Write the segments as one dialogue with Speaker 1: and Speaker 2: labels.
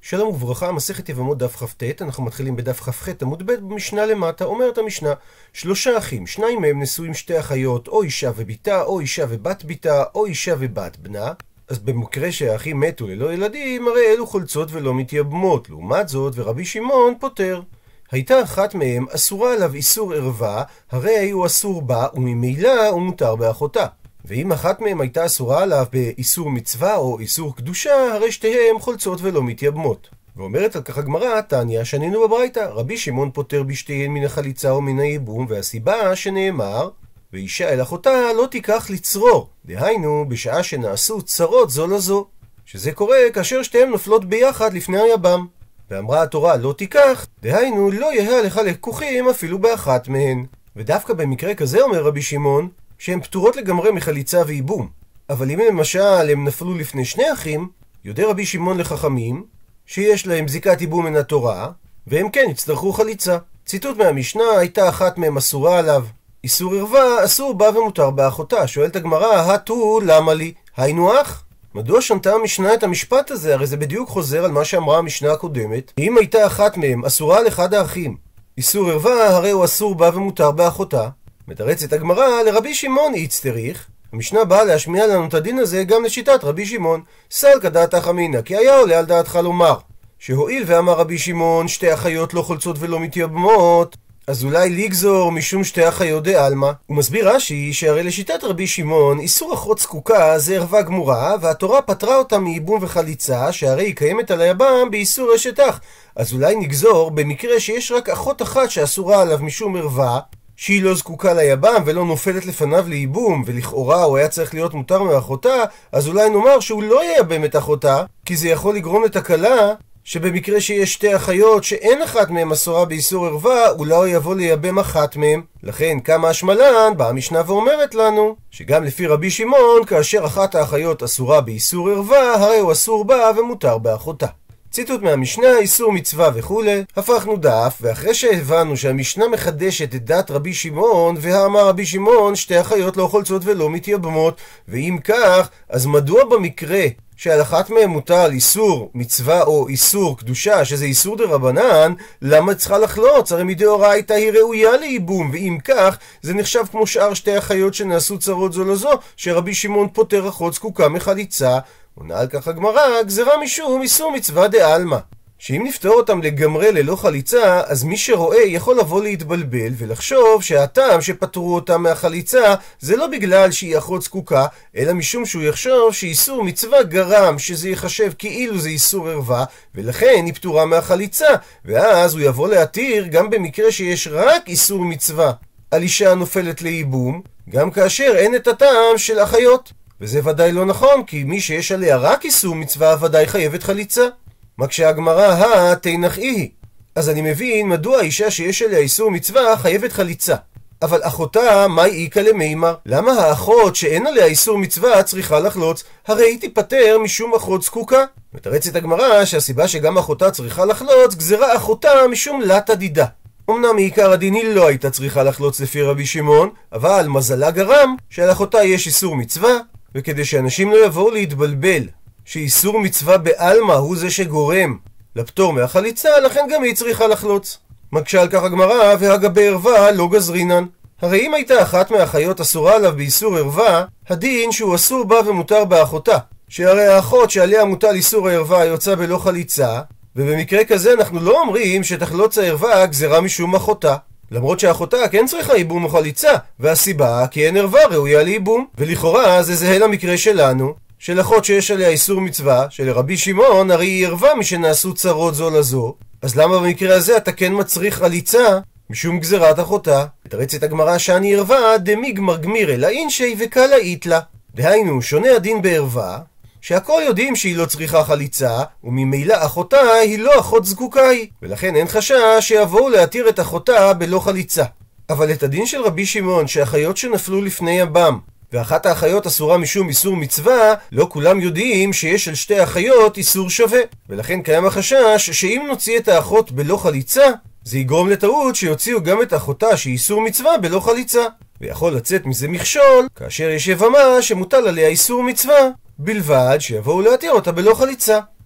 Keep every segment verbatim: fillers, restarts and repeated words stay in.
Speaker 1: שלום וברכה, מסכת יבמות דף כ"ט, אנחנו מתחילים בדף כ"ח עמוד ב' במשנה למטה. אומרת המשנה, שלושה אחים, שניים מהם נשואים שתי אחיות, או אישה וביתה, או אישה ובת ביתה, או אישה ובת בנה. אז במקרה שהאחים מתו ללא ילדים, הרי אלו חולצות ולא מתייבמות. לעומת זאת, ורבי שמעון פוטר. הייתה אחת מהם אסורה עליו איסור ערווה, הרי הוא אסור בה, וממילא הוא מותר באחותה. ואם אחת מהם הייתה אסורה עליו באיסור מצווה או איסור קדושה, הרי שתיהם חולצות ולא מתייבמות. ואומרת על כך הגמרא, תניא שנינו בברייתא, רבי שמעון פוטר בשתיהן מן החליצה או מן הייבום, והסיבה שנאמר, ואישה אל אחותה לא תיקח לצרור, דהיינו בשעה שנעשו צרות זו לזו, שזה קורה כאשר שתיהם נופלות ביחד לפני היבם. ואמרה התורה לא תיקח, דהיינו לא יהיה לך לקוחים אפילו באחת מהן. ודווקא במקרה כזה אומר רבי שמעון, שהן פטורות לגמרי מחליצה וייבום. אבל אם למשל הם נפלו לפני שני אחים, יודע רבי שמעון לחכמים שיש להם זיקת ייבום מן התורה, והם כן יצטרכו חליצה. ציטוט מהמשנה, הייתה אחת מהם אסורה עליו איסור ערווה, אסור בה ומותר באחותה. שואלת הגמרא, התו למה לי? היינו אח? מדוע שונתה המשנה את המשפט הזה? הרי זה בדיוק חוזר על מה שאמרה המשנה הקודמת. אם הייתה אחת מהם אסורה על אחד האחים איסור ערווה, הרי הוא אסור בה ומותר באחותה. מתרצת הגמרא, לרבי שמעון איצטריך. המשנה באה להשמיע לנו את הדין הזה גם לשיטת רבי שמעון. סל כדעתך אמינא, כי היה עולה על דעתך לומר שהואיל ואמר רבי שמעון שתי אחיות לא חולצות ולא מתייבמות, אז אולי לגזור משום שתי אחיות דעלמא. הוא מסביר רש"י שהרי לשיטת רבי שמעון איסור אחות זקוקה זה ערווה גמורה, והתורה פטרה אותה מייבום וחליצה, שהרי היא קיימת על היבם באיסור אשת אח. אז אולי נגזור במקרה שיש רק אחות אחת שאסורה עליו משום ערווה, שהיא לא זקוקה ליבם ולא נופלת לפניו לייבום, ולכאורה הוא היה צריך להיות מותר מאחותה, אז אולי נאמר שהוא לא ייבם את אחותה, כי זה יכול לגרום לתקלה, שבמקרה שיש שתי אחיות שאין אחת מהן אסורה באיסור ערווה, אולי הוא יבוא לייבם אחת מהן. לכן כמה השמלן באה המשנה ואומרת לנו שגם לפי רבי שמעון, כאשר אחת האחיות אסורה באיסור ערווה, הרי הוא אסור בה ומותר באחותה. ציטוט מהמשנה, איסור מצווה וכו'. הפכנו דף, ואחרי שהבנו שהמשנה מחדשת את דת רבי שמעון, והאמר רבי שמעון שתי אחיות לא חולצות ולא מתייבמות, ואם כך, אז מדוע במקרה שעל אחת מהם מוטל איסור מצווה או איסור קדושה, שזה איסור דרבנן, למה צריכה לחלוץ? הרי מדאורייתא היא ראויה לייבום, ואם כך, זה נחשב כמו שאר שתי אחיות שנעשו צרות זו לזו, שרבי שמעון פוטר אחות זקוקה מחליצה. עונה על כך הגמרא, גזרה משום איסור מצווה דעלמא, שאם נפתור אותם לגמרי ללא חליצה, אז מי שרואה יכול לבוא להתבלבל ולחשוב שהטעם שפטרו אותם מהחליצה זה לא בגלל שהיא אחות זקוקה, אלא משום שהוא יחשוב שאיסור מצווה גרם שזה יחשב כאילו זה איסור ערווה, ולכן היא פטורה מהחליצה, ואז הוא יבוא להתיר גם במקרה שיש רק איסור מצווה על אישה נופלת לייבום, גם כאשר אין את הטעם של אחיות. וזה ודאי לא נכון, כי מי שיש עליה רק איסור מצווה ודאי חייבת חליצה. מה כשהגמרא תנח היא. אז אני מבין מדוע האישה שיש עליה איסור מצווה חייבת חליצה. אבל אחותה, מה היא איכא למימר? למה האחות שאין עליה איסור מצווה צריכה לחלוץ? הרי היא תיפטר משום אחות זקוקה. מתרצת הגמרא שהסיבה שגם אחותה צריכה לחלוץ, גזרה אחותה משום לטה דידה. אמנם מעיקר הדין היא לא הייתה צריכה לחלוץ לפי רבי שמעון, אבל מזלה גרם שעל אחותה יש איסור מצווה, וכדי שאנשים לא יבואו להתבלבל שאיסור מצווה בעלמא הוא זה שגורם לפטור מהחליצה, לכן גם היא צריכה לחלוץ. מקשה על כך הגמרא, והגבי ערווה לא גזרינן. הרי אם הייתה אחת מהאחיות אסורה עליו באיסור ערווה, הדין שהוא אסור בה ומותר באחותה, שהרי האחות שעליה מוטל איסור הערווה יוצא בלא חליצה, ובמקרה כזה אנחנו לא אומרים שתחלוץ הערווה גזרה משום אחותה, למרות שאחותה כן צריכה ייבום או חליצה, והסיבה כי אין ערווה ראויה לייבום. ולכאורה זה זהה למקרה שלנו, של אחות שיש עליה איסור מצווה, שלרבי שמעון הרי היא ערווה משנעשו צרות זו לזו, אז למה במקרה הזה אתה כן מצריך חליצה משום גזירת אחותה? מתרצת הגמרא שאני ערווה דמיגמר גמירא לאינשי וקלה איתלה. דהיינו, שונה הדין בערווה, שהכל יודעים שהיא לא צריכה חליצה, וממילא אחותה היא לא אחות זקוקה היא, ולכן אין חשש שיבואו להתיר את אחותה בלא חליצה. אבל את הדין של רבי שמעון שאחיות שנפלו לפני יבם ואחת האחיות אסורה משום איסור מצווה, לא כולם יודעים שיש על שתי אחיות איסור שווה, ולכן קיים החשש שאם נוציא את האחות בלא חליצה, זה יגרום לטעות שיוציאו גם את אחותה שהיא איסור מצווה בלא חליצה, ויכול לצאת מזה מכשול כאשר יש יבמה שמוטל עליה איסור מצווה, בלבד שיבואו להתיר אותה בלא חליצה.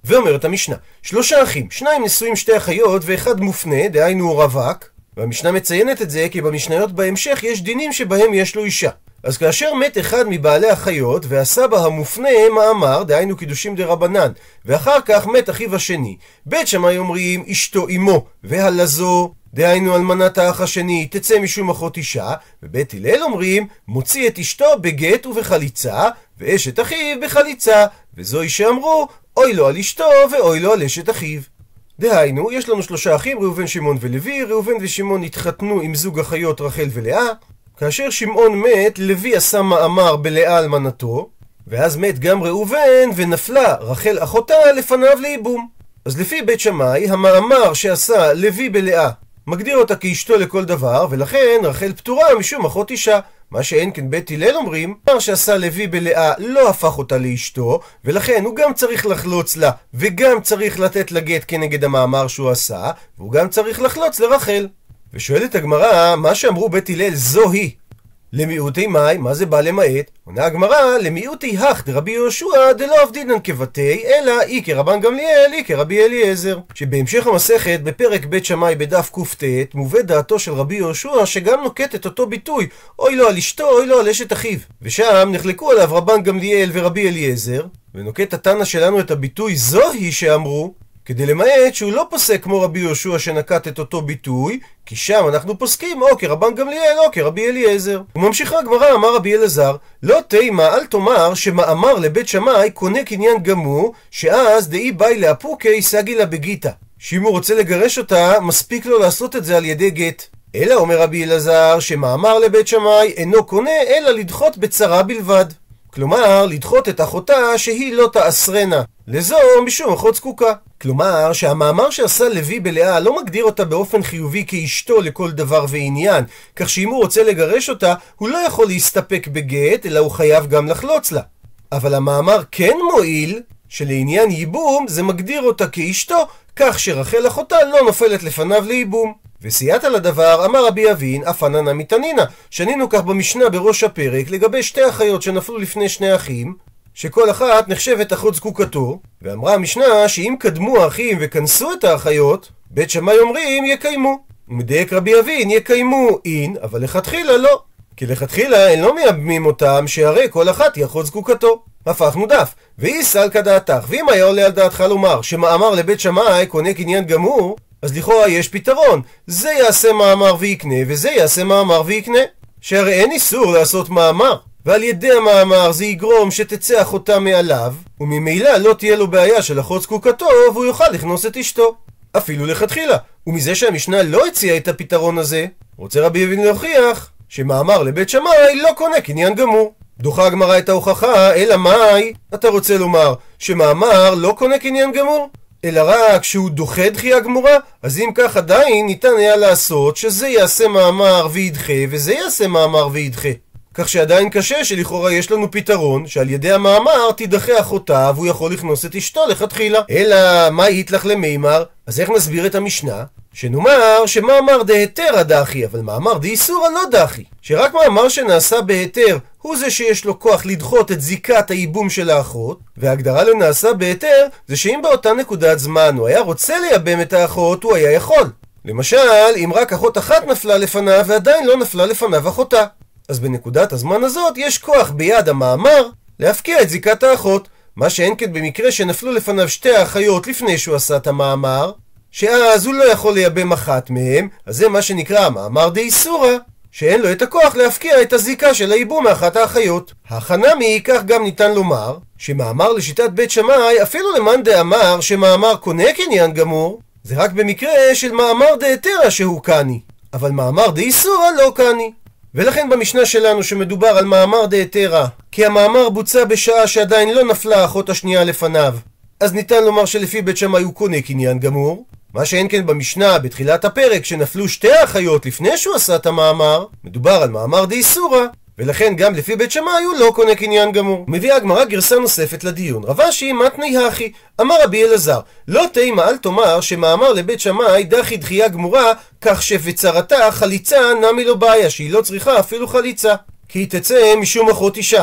Speaker 1: ואומרת המשנה, שלושה אחים, שניים נשואים שתי אחיות ואחד מופנה, דהיינו רווק, והמשנה מציינת את זה כי במשניות בהמשך יש דינים שבהם יש לו אישה. אז כאשר מת אחד מבעלי החיות והסבא המופנה מאמר, דהיינו קידושים דרבנן, ואחר כך מת אחיו השני, בית שמאי אומרים אשתו אמו והלזו, דהיינו אלמנת האח השני, תצא משום אחות אישה, ובית הלל אומרים מוציא את אשתו בגט ובחליצה, ואשת אחיו בחליצה, וזוהי שאמרו אוי לו על אשתו ואוי לו על אשת אחיו. דהיינו, יש לנו שלושה אחים, ראובן, שמעון ולוי. ראובן ושמעון התחתנו עם זוג אחיות רחל ולאה. כאשר שמעון מת, לוי עשה מאמר בלאה אלמנתו, ואז מת גם ראובן ונפלה רחל אחותה לפניו לייבום. אז לפי בית שמאי, המאמר שעשה לוי בלאה מגדיר אותה כאשתו לכל דבר, ולכן רחל פטורה משום אחות אישה. מה שאין כן בית הלל אומרים, מה שעשה לוי בלאה לא הפך אותה לאשתו, ולכן הוא גם צריך לחלוץ לה, וגם צריך לתת לה גט כנגד המאמר שהוא עשה, והוא גם צריך לחלוץ לרחל. ושואלת הגמרא, מה שאמרו בית הלל זו היא, למיעוטי מאי, מה זה בא למעט? עונה הגמרא, למיעוטי הך דרבי יהושע דלא עבדינן כבתי, אלא אי כרבן גמליאל, אי כרבי אליעזר. שבהמשך המסכת, בפרק בית שמאי בדף קט, מובאת דעתו של רבי יהושע שגם נוקט את אותו ביטוי, אוי לו על אשתו, אוי לו על אשת אחיו. ושם נחלקו עליו רבן גמליאל ורבי אליעזר, ונוקט התנא שלנו את הביטוי זו היא שאמרו, כדי למעט שהוא לא פוסק כמו רבי יהושע שנקט את אותו ביטוי, כי שם אנחנו פוסקים או כרבן גמליאל או כרבי אליעזר. וממשיכה הגמרא, אמר רבי אלעזר, לא תימה אל תאמר שמאמר לבית שמאי קונה קניין גמור, שאז דאי באי לאפוקי סגי לה בגיטה, שאם הוא רוצה לגרש אותה מספיק לו לעשות את זה על ידי גט. אלא אומר רבי אלעזר שמאמר לבית שמאי אינו קונה אלא לדחות בצרה בלבד, כלומר לדחות את אחותה שהיא לא תאסרנה לזו משום אחות זקוקה. כלומר שהמאמר שעשה לוי בלאה לא מגדיר אותה באופן חיובי כאשתו לכל דבר ועניין, כך שאם הוא רוצה לגרש אותה הוא לא יכול להסתפק בגט אלא הוא חייב גם לחלוץ לה. אבל המאמר כן מועיל שלעניין ייבום זה מגדיר אותה כאשתו, כך שרחל אחותה לא נופלת לפניו לייבום. וסייעת לדבר, אמר רבי אבין, אף עננה מתנינה, שנינו כך במשנה בראש הפרק לגבי שתי אחיות שנפלו לפני שני אחים, שכל אחת נחשבת אחות זקוקתו, ואמרה המשנה שאם קדמו האחים וכנסו את האחיות, בית שמאי אומרים יקיימו. ומדייק רבי אבין יקיימו אין, אבל לכתחילה לא. כי לכתחילה הם לא מייבמים אותם, שהרי כל אחת היא אחות זקוקתו. הפכנו דף, ואי סלקא דעתך, ואם היה עולה על דעתך לומר שמאמר לבית שמאי קונה קניין גמור, אז לכאורה יש פתרון, זה יעשה מאמר ויקנה וזה יעשה מאמר ויקנה, שהרי אין איסור לעשות מאמר, ועל ידי המאמר זה יגרום שתצא אחותה מעליו, וממילא לא תהיה לו בעיה של אחות זקוקתו והוא יוכל לכנוס את אשתו אפילו לכתחילה. ומזה שהמשנה לא הציעה את הפתרון הזה, רוצה רבי אבין להוכיח שמאמר לבית שמאי לא קונה קניין גמור. דוחה הגמרא את ההוכחה, אלא מאי, אתה רוצה לומר שמאמר לא קונה קניין גמור? אלא רק שהוא דוחה דחייה גמורה? אז אם כך עדיין ניתן היה לעשות שזה יעשה מאמר וידחה וזה יעשה מאמר וידחה, כך שעדיין קשה שלכאורה יש לנו פתרון שעל ידי המאמר תידחה אחותה והוא יכול לכנוס את אשתו לכתחילה. אלא מה יתלך למימר? אז איך נסביר את המשנה? שנאמר שמאמר דהיתרא דחי, אבל מאמר דאיסורא לא דחי, שרק מאמר שנעשה בהיתר הוא זה שיש לו כוח לדחות את זיקת הייבום של האחות, וההגדרה לנעשה בהיתר זה שאם באותה נקודת זמן הוא היה רוצה לייבם את האחות הוא היה יכול. למשל אם רק אחות אחת נפלה לפניו ועדיין לא נפלה לפניו אחותה, אז בנקודת הזמן הזאת יש כוח ביד המאמר להפקיע את זיקת האחות. מה שאין כן במקרה שנפלו לפניו שתי האחיות לפני שהוא עשה את המאמר, שאז הוא לא יכול לייבם אחת מהם, אז זה מה שנקרא מאמר דאיסורא, שאין לו את הכוח להפקיע את הזיקה של הייבום מאחת האחיות. החנמי, כך גם ניתן לומר שמאמר לשיטת בית שמאי, אפילו למאן דאמר שמאמר קונה קניין גמור, זה רק במקרה של מאמר דהיתרא שהוא קני, אבל מאמר דאיסורא לא קני. ולכן במשנה שלנו שמדובר על מאמר דהיתרא, כי המאמר בוצע בשעה שעדיין לא נפלה האחות השנייה לפניו, אז ניתן לומר שלפי בית שמאי הוא קונה קניין גמור. מה שאין כן במשנה בתחילת הפרק שנפלו שתי האחיות לפני שהוא עשה את המאמר, מדובר על מאמר דאיסורא, ולכן גם לפי בית שמאי הוא לא קונה קניין גמור. מביאה הגמרא גרסה נוספת לדיון. רב אשי מתני הכי, אמר רבי אלעזר, לא תימה אל תאמר שמאמר לבית שמאי דחי דחייה גמורה, כך שבצרתה חליצה נמי לא בעיה, שהיא לא צריכה אפילו חליצה, כי היא תצא משום אחות אישה.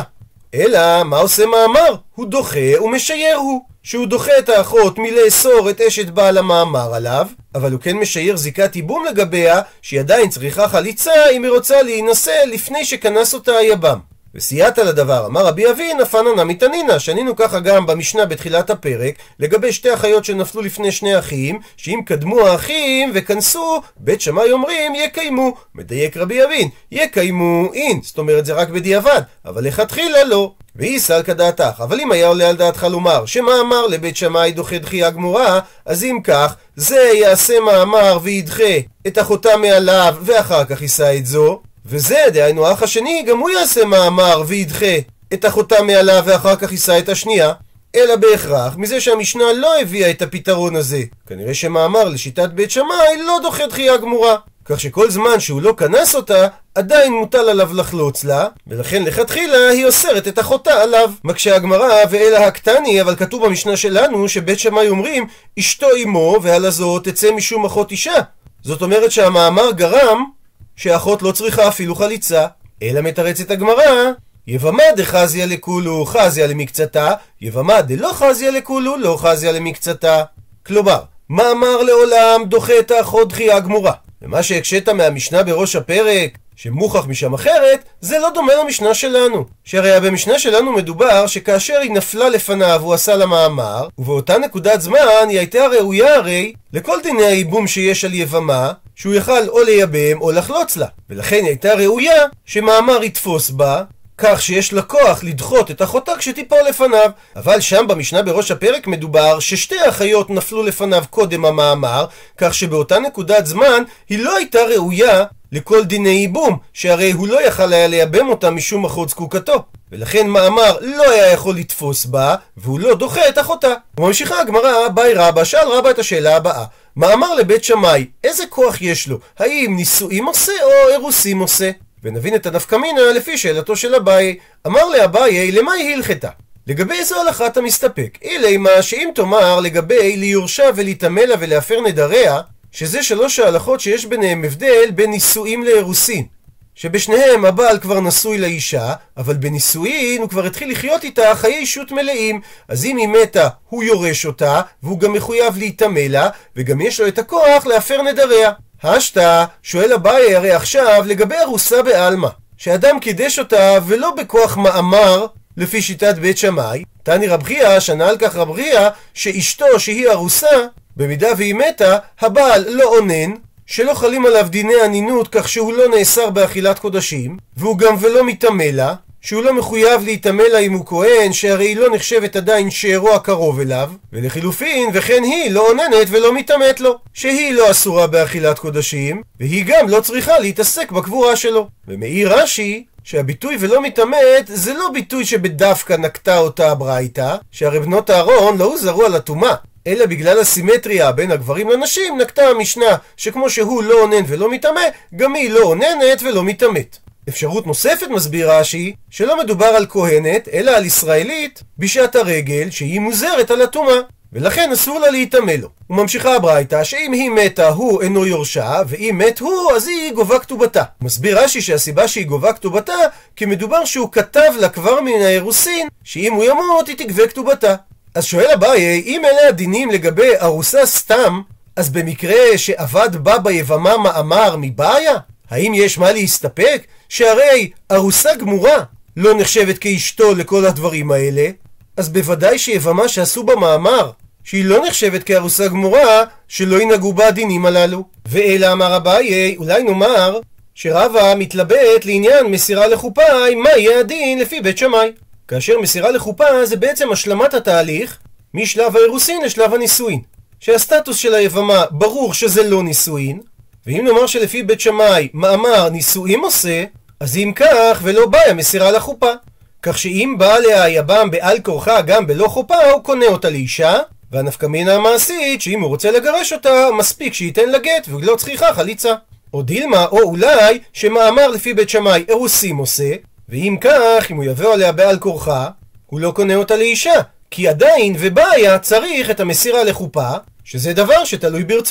Speaker 1: אלא מה עושה מאמר? הוא דוחה ומשייר הוא, שהוא דוחה את האחות מלאסור את אשת בעל המאמר עליו, אבל הוא כן משייר זיקת ייבום לגביה, שהיא עדיין צריכה חליצה אם היא רוצה להינשא לפני שכנס אותה היבם. וסייעת לדבר, אמר רבי אבין, אפנה נמי תנינא, שנינו ככה גם במשנה בתחילת הפרק, לגבי שתי אחיות שנפלו לפני שני אחים, שאם קדמו האחים וכנסו, בית שמאי אומרים יקיימו. מדייק רבי אבין, יקיימו אין, זאת אומרת זה רק בדיעבד, אבל לכתחילה לא. והיא סלקא דעתך, אבל אם היה עולה על דעתך לומר שמאמר לבית שמאי דוחה דחייה גמורה, אז אם כך, זה יעשה מאמר וידחה את אחותה מעליו ואחר כך יישא את זו, וזה, דהיינו האח השני, גם הוא יעשה מאמר וידחה את אחותה מעליו ואחר כך יישא את השנייה, אלא בהכרח מזה שהמשנה לא הביאה את הפתרון הזה. כנראה שמאמר לשיטת בית שמאי לא דוחה דחייה גמורה, כך שכל זמן שהוא לא כנס אותה, עדיין מוטל עליו לחלוץ לה, ולכן לכתחילה היא אוסרת את אחותה עליו. מקשה הגמרא, ואלא הקטני, אבל כתוב במשנה שלנו שבית שמאי אומרים אשתו אמו והלה זו תצא משום אחות אישה. זאת אומרת שהמאמר גרם שאחות לא צריכה אפילו חליצה, אלא מתרצת הגמרא, יבמה דחזיה לכולו חזיה למקצתה, יבמה דלא חזיה לכולו לא חזיה למקצתה. כלומר, מאמר לעולם דוחה את האחות דחייה גמורה. ומה שהקשת מהמשנה בראש הפרק, שמוכח משם אחרת, זה לא דומה למשנה שלנו. שהרי במשנה שלנו מדובר שכאשר היא נפלה לפניו הוא עשה לה מאמר, ובאותה נקודת זמן היא הייתה ראויה הרי לכל דיני הייבום שיש על יבמה, שהוא יכל או לייבם או לחלוץ לה. ולכן היא הייתה ראויה שמאמר יתפוס בה, כך שיש לה כוח לדחות את אחותה כשתיפול לפניו. אבל שם במשנה בראש הפרק מדובר ששתי אחיות נפלו לפניו קודם המאמר, כך שבאותה נקודת זמן היא לא הייתה ראויה לכל דיני ייבום, שהרי הוא לא יכל היה לייבם אותה משום אחות זקוקתו, ולכן מאמר לא היה יכול לתפוס בה, והוא לא דוחה את אחותה. וממשיכה הגמרא, באי רבא, שאל רבא את השאלה הבאה, מאמר לבית שמאי, איזה כוח יש לו? האם נישואים עושה או אירוסים עושה? ונבין את הנפקא מינה לפי שאלתו של אביי. אמר לאביי, למה היא הלכתה? לגבי איזו הלכה אתה מסתפק? אילימה שאם תאמר לגבי ליורשה ולהתאמה לה ולהפר נדריה, שזה שלוש ההלכות שיש ביניהם הבדל בין נישואים לאירוסין, שבשניהם הבעל כבר נשוי לאישה, אבל בנישואין הוא כבר התחיל לחיות איתה חיי אישות מלאים, אז אם היא מתה הוא יורש אותה, והוא גם מחויב להתאמה לה, וגם יש לו את הכוח להפר נדריה. השתה, שואל אביי, הרי עכשיו לגבי ארוסה בעלמא, שאדם קידש אותה ולא בכוח מאמר לפי שיטת בית שמאי, תני רב חייא, שנה על כך רב חייא, שאשתו שהיא ארוסה, במידה והיא מתה, הבעל לא עונן, שלא חלים עליו דיני הנינות כך שהוא לא נאסר באכילת קודשים, והוא גם ולא מתאמה לה, שהוא לא מחויב להתאמה לה אם הוא כהן, שהרי היא לא נחשבת עדיין שאירו הקרוב אליו, ולחילופין וכן היא לא עוננת ולא מתאמת לו, שהיא לא אסורה באכילת קודשים, והיא גם לא צריכה להתעסק בקבורה שלו. ומעיר רש"י שהביטוי ולא מתאמת זה לא ביטוי שבדווקא נקטה אותה הברייתא, שהרי בנות אהרון לא הוזהרו על הטומאה, אלא בגלל הסימטריה בין הגברים לנשים נקטה המשנה שכמו שהוא לא עונן ולא מתאמה, גם היא לא עוננת ולא מתאמת. אפשרות נוספת מסביר רש"י שלא מדובר על כהנת אלא על ישראלית בשעת הרגל שהיא מוזרת על הטומאה, ולכן אסור לה להתאמה לו. וממשיכה הברייתא שאם היא מתה הוא אינו יורשה, ואם מת הוא אז היא גובה כתובתה. מסביר רש"י שהסיבה שהיא גובה כתובתה כי מדובר שהוא כתב לה כבר מן האירוסין שאם הוא ימות היא תגבה כתובתה. אז שואל אביי, אם אלה הדינים לגבי ארוסה סתם, אז במקרה שעבד בה ביבמה מאמר מבעיה? האם יש מה להסתפק? שהרי ארוסה גמורה לא נחשבת כאשתו לכל הדברים האלה, אז בוודאי שיבמה שעשו בה מאמר, שהיא לא נחשבת כארוסה גמורה, שלא ינהגו בה הדינים הללו. ואלא אמר אביי, אולי נאמר שרבא מתלבט לעניין מסירה לחופה, מה יהיה הדין לפי בית שמאי. כאשר מסירה לחופה זה בעצם השלמת התהליך משלב האירוסין לשלב הנישואין, שהסטטוס של היבמה ברור שזה לא נישואין, ואם נאמר שלפי בית שמאי מאמר נישואין עושה, אז אם כך ולא באה מסירה לחופה, כך שאם בא עליה היבם בעל כורחה גם בלא חופה הוא קונה אותה לאישה, והנפקא מינה המעשית שאם הוא רוצה לגרש אותה מספיק שייתן לה גט ולא צריכה חליצה. או דילמה, או אולי שמאמר לפי בית שמאי אירוסים עושה, ואם כך, אם הוא יבוא עליה בעל כורחה, הוא לא קונה אותה לאישה, כי עדיין ובעיה צריך את המסירה לחופה, שזה דבר שתלוי ברצונה.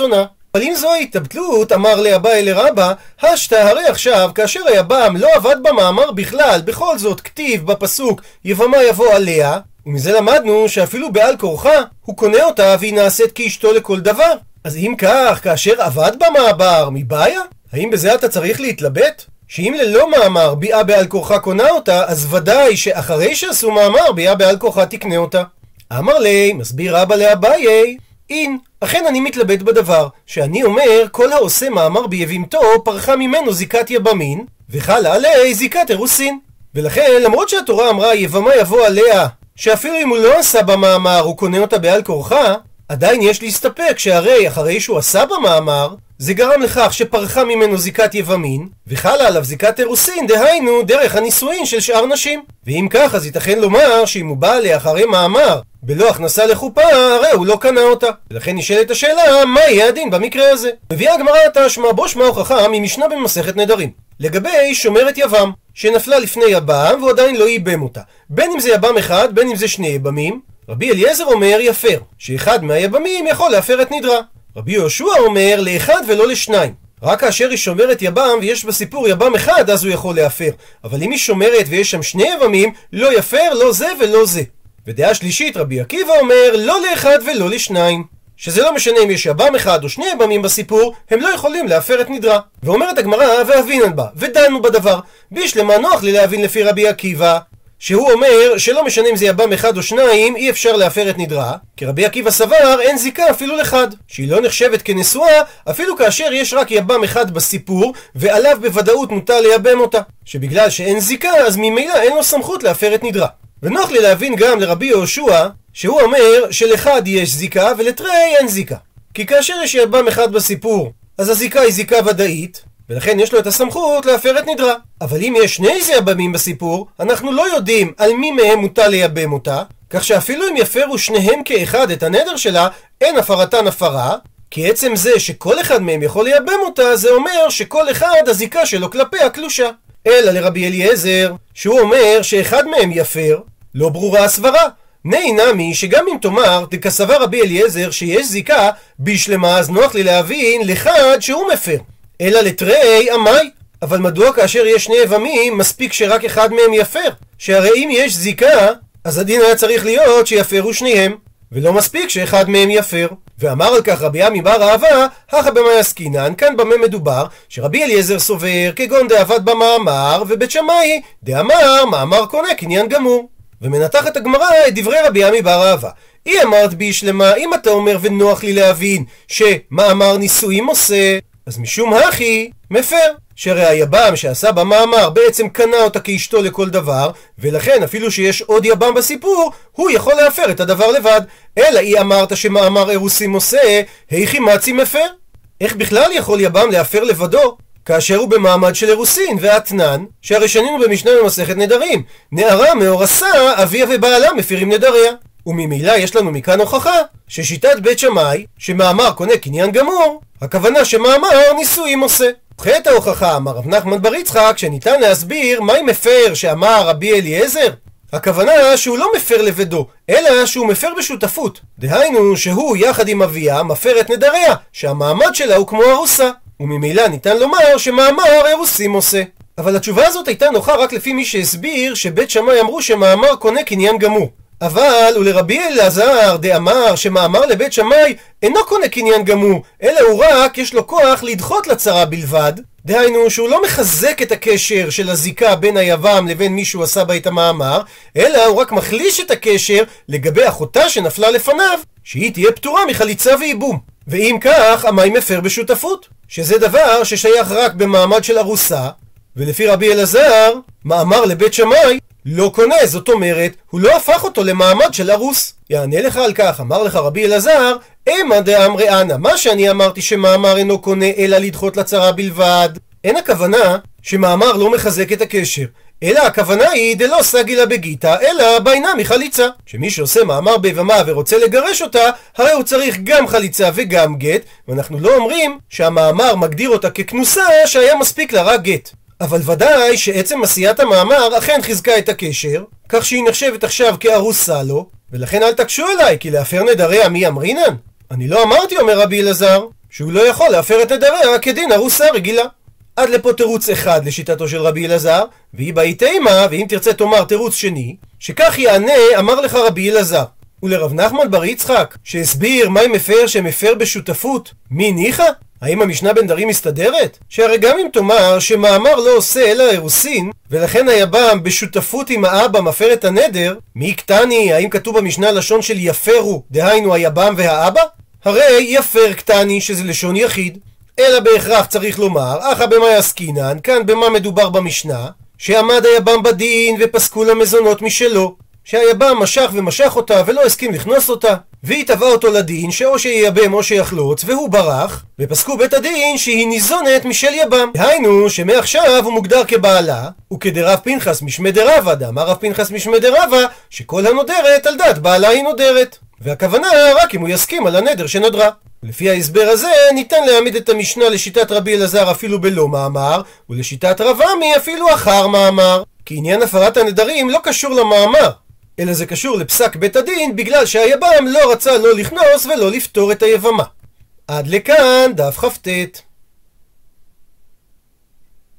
Speaker 1: אבל אם זו ההתאבטלות, אמר לאביי לרבא, השתא, הרי עכשיו, כאשר היבם לא עבד במאמר בכלל, בכל זאת כתיב בפסוק יבמה יבוא עליה, ומזה למדנו שאפילו בעל כורחה הוא קונה אותה והיא נעשית כאשתו לכל דבר. אז אם כך, כאשר עבד במעבר, מבעיה? האם בזה אתה צריך להתלבט? שאם ללא מאמר ביאה בעל כורחה קונה אותה, אז ודאי שאחרי שעשו מאמר ביאה בעל כורחה תקנה אותה. אמר לי, מסביר רבא לאביי, אין, אכן אני מתלבט בדבר, שאני אומר, כל העושה מאמר ביבימתו פרחה ממנו זיקת יבמין, וחלה עלי זיקת אירוסין. ולכן, למרות שהתורה אמרה יבמה יבוא עליה, שאפילו אם הוא לא עשה במאמר הוא קונה אותה בעל כורחה, עדיין יש להסתפק שהרי אחרי שהוא עשה במאמר, זה גרם לכך שפרחה ממנו זיקת יבמין, וחלה עליו זיקת אירוסין, דהיינו דרך הנישואין של שאר נשים. ואם כך, אז ייתכן לומר שאם הוא בא לאחרי מאמר בלא הכנסה לחופה, הרי הוא לא קנה אותה. ולכן נשאלת השאלה, מה יהיה הדין במקרה הזה? מביאה הגמרא תשמע בו שמע הוכחה ממשנה במסכת נדרים. לגבי שומרת יבם, שנפלה לפני יבם והוא עדיין לא ייבם אותה. בין אם זה יבם אחד, בין אם זה שני יבמים, רבי אליעזר אומר יפר, שאחד מהיבמים יכול להפר את נדרה. רבי יהושע אומר לאחד ולא לשניים. רק כאשר היא שומרת יבם ויש בסיפור יבם אחד, אז הוא יכול להפר. אבל אם היא שומרת ויש שם שני יבמים, לא יפר, לא זה ולא זה. ודעה שלישית, רבי עקיבא אומר לא לאחד ולא לשניים. שזה לא משנה אם יש יבם אחד או שני יבמים בסיפור, הם לא יכולים להפר את נדרה. ואומרת הגמרא והבינן בה, ודנו בדבר. בישלמה נוח לי להבין לפי רבי עקיבא, שהוא אומר שלא משנה אם זה יבם אחד או שניים, אי אפשר להפר את נדרה, כי רבי עקיבא סבר אין זיקה אפילו לחד, שהיא לא נחשבת כנשואה אפילו כאשר יש רק יבם אחד בסיפור, ועליו בוודאות מותר לייבם אותה, שבגלל שאין זיקה אז ממילא אין לו סמכות להפר את נדרה. ונוח לי להבין גם לרבי יהושע, שהוא אומר שלחד יש זיקה ולתרי אין זיקה, כי כאשר יש יבם אחד בסיפור, אז הזיקה היא זיקה ודאית, ולכן יש לו את הסמכות להפר את נדרה. אבל אם יש שני יבמים בסיפור, אנחנו לא יודעים על מי מהם מותר לייבם אותה, כך שאפילו אם יפרו שניהם כאחד את הנדר שלה, אין הפרתן הפרה, כי עצם זה שכל אחד מהם יכול לייבם אותה, זה אומר שכל אחד הזיקה שלו כלפיה קלושה. אלא לרבי אליעזר, שהוא אומר שאחד מהם יפר, לא ברורה הסברה. נהי נמי שגם אם תאמר דקסבר רבי אליעזר שיש זיקה, בשלמה אז נוח לי להבין לחד שהוא מפר. אלא לתרי עמי, אבל מדוע כאשר יש שני יבמים מספיק שרק אחד מהם יפר? שהרי אם יש זיקה, אז הדין היה צריך להיות שיפרו שניהם, ולא מספיק שאחד מהם יפר. ואמר על כך רבי עמי בר אהבה, הכא במאי עסקינן, כאן במה מדובר, שרבי אליעזר סובר כגון דעבד במאמר, ובית שמאי דאמר מאמר קונה קניין גמור. ומנתחת הגמרא את דברי רבי עמי בר אהבה. היא אמרת בישלמה, אם אתה אומר ונוח לי להבין שמאמר נישואים עושה, אז משום הכי מפר, שהרי היבם שעשה במאמר בעצם קנה אותה כאשתו לכל דבר, ולכן אפילו שיש עוד יבם בסיפור, הוא יכול להפר את הדבר לבד. אלא היא אמרת שמאמר אירוסים עושה, היכי מצי מפר? איך בכלל יכול יבם להפר לבדו, כאשר הוא במעמד של אירוסין ואתנן, שהרי שנינו במשנה במסכת נדרים, נערה מאורסה אביה ובעלה מפירים נדריה. וממילא יש לנו מכאן הוכחה ששיטת בית שמאי, שמאמר קונה קניין גמור, הכוונה שמאמר נישואים עושה. חטא ההוכחה, אמר רב נחמן בר יצחק, שניתן להסביר מהי מפר שאמר רבי אליעזר. הכוונה שהוא לא מפר לבדו, אלא שהוא מפר בשותפות. דהיינו שהוא יחד עם אביה מפר את נדריה, שהמעמד שלה הוא כמו ארוסה. וממילא ניתן לומר שמאמר אירוסים עושה. אבל התשובה הזאת הייתה נוחה רק לפי מי שהסביר שבית שמאי אמרו שמאמר קונה קניין גמור. אבל ולרבי אלעזר דאמר שמאמר לבית שמאי אינו קונה קניין גמור, אלא הוא רק יש לו כוח לדחות לצרה בלבד. דהיינו שהוא לא מחזק את הקשר של הזיקה בין היבם לבין מי שהוא עשה בה את המאמר, אלא הוא רק מחליש את הקשר לגבי אחותה שנפלה לפניו, שהיא תהיה פטורה מחליצה וייבום. ואם כך, עמי מפר בשותפות, שזה דבר ששייך רק במעמד של ארוסה, ולפי רבי אלעזר, מאמר לבית שמאי לא קונה, זאת אומרת, הוא לא הפך אותו למעמד של ארוס. יענה לך על כך, אמר לך רבי אלעזר, אמה דאמרי אנא, מה שאני אמרתי שמאמר אינו קונה אלא לדחות לצרה בלבד, אין הכוונה שמאמר לא מחזק את הקשר, אלא הכוונה היא דלא סגילה בגיטה, אלא בינה מחליצה. שמי שעושה מאמר ביבמה ורוצה לגרש אותה, הרי הוא צריך גם חליצה וגם גט, ואנחנו לא אומרים שהמאמר מגדיר אותה ככנוסה שהיה מספיק לה רק גט. אבל ודאי שעצם עשיית המאמר אכן חיזקה את הקשר, כך שהיא נחשבת עכשיו כארוסה לו, ולכן אל תקשו אליי, כי להפר נדריה מי אמרינן? אני לא אמרתי, אומר רבי אלעזר, שהוא לא יכול להפר את נדריה כדין ארוסה רגילה. עד לפה תירוץ אחד לשיטתו של רבי אלעזר, והיא באי תימה, ואם תרצה תאמר תירוץ שני, שכך יענה אמר לך רבי אלעזר. ולרב נחמן בר יצחק, שהסביר מהי מפר שמפר בשותפות, מי ניחא? האם המשנה בנדרים מסתדרת? שהרי גם אם תאמר שמאמר לא עושה אלא אירוסין, ולכן היבם בשותפות עם האבא מפר את הנדר, מי קטני? האם כתוב במשנה לשון של יפרו, דהיינו היבם והאבא? הרי יפר קטני, שזה לשון יחיד. אלא בהכרח צריך לומר, אחא במאי עסקינן, כאן במה מדובר במשנה, שעמד היבם בדין ופסקו לה מזונות משלו, שהיבם משך ומשך אותה ולא הסכים לכנוס אותה, והיא תבעה אותו לדין שאו שייבם או שיחלוץ, והוא ברח, ופסקו בית הדין שהיא ניזונת משל יבם. היינו שמעכשיו הוא מוגדר כבעלה, וכדרב פנחס משמי דרבא, דאמר רב פנחס משמי דרבא, שכל הנודרת על דת בעלה היא נודרת, והכוונה רק אם הוא יסכים על הנדר שנדרה. לפי ההסבר הזה ניתן להעמיד את המשנה לשיטת רבי אלעזר אפילו בלא מאמר, ולשיטת רב עמי אפילו אחר מאמר, כי עניין הפרת הנדרים לא קשור למאמר, אלא זה קשור לפסק בית הדין בגלל שהיבם לא רצה לא לכנוס ולא לפתור את היבמה. עד לכאן דף כ"ט.